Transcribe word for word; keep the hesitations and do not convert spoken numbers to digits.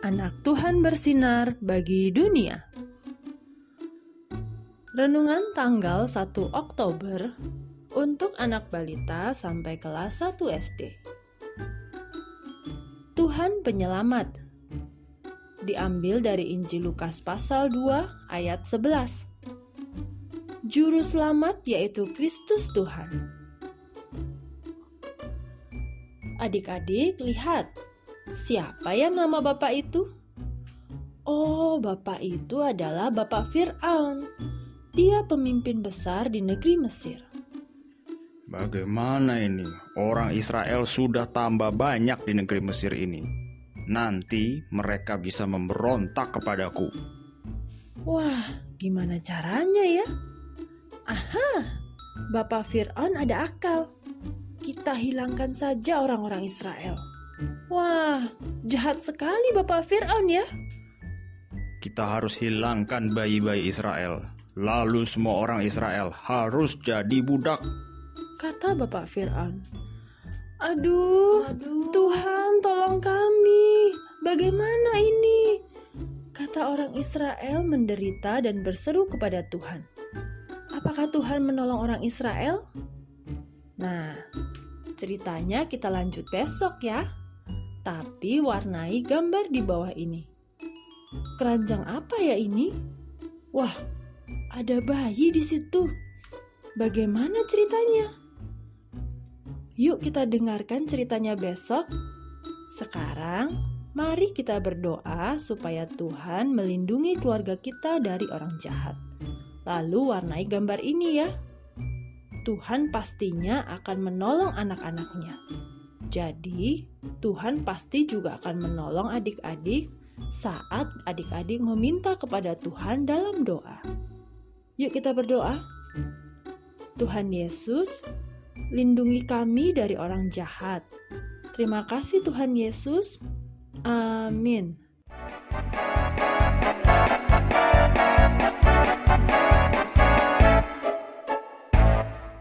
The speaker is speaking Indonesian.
Anak Tuhan bersinar bagi dunia. Renungan tanggal satu Oktober untuk anak balita sampai kelas satu S D. Tuhan Penyelamat diambil dari Injil Lukas pasal dua ayat sebelas. Juru selamat yaitu Kristus Tuhan. Adik-adik, lihat, siapa yang nama Bapak itu? Oh, Bapak itu adalah Bapak Fir'aun. Dia pemimpin besar di negeri Mesir. Bagaimana ini? Orang Israel sudah tambah banyak di negeri Mesir ini. Nanti mereka bisa memberontak kepadaku. Wah, gimana caranya ya? Aha, Bapak Fir'aun ada akal. Kita hilangkan saja orang-orang Israel. Wah, jahat sekali Bapak Fir'aun ya. Kita harus hilangkan bayi-bayi Israel. Lalu semua orang Israel harus jadi budak. Kata Bapak Fir'aun. Aduh, Aduh, Tuhan tolong kami. Bagaimana ini? Kata orang Israel menderita dan berseru kepada Tuhan. Apakah Tuhan menolong orang Israel? Nah, ceritanya kita lanjut besok ya. Tapi warnai gambar di bawah ini. Keranjang apa ya ini? Wah, ada bayi di situ. Bagaimana ceritanya? Yuk kita dengarkan ceritanya besok. Sekarang, mari kita berdoa supaya Tuhan melindungi keluarga kita dari orang jahat. Lalu warnai gambar ini ya. Tuhan pastinya akan menolong anak-anaknya. Jadi, Tuhan pasti juga akan menolong adik-adik saat adik-adik meminta kepada Tuhan dalam doa. Yuk kita berdoa. Tuhan Yesus, lindungi kami dari orang jahat. Terima kasih Tuhan Yesus. Amin.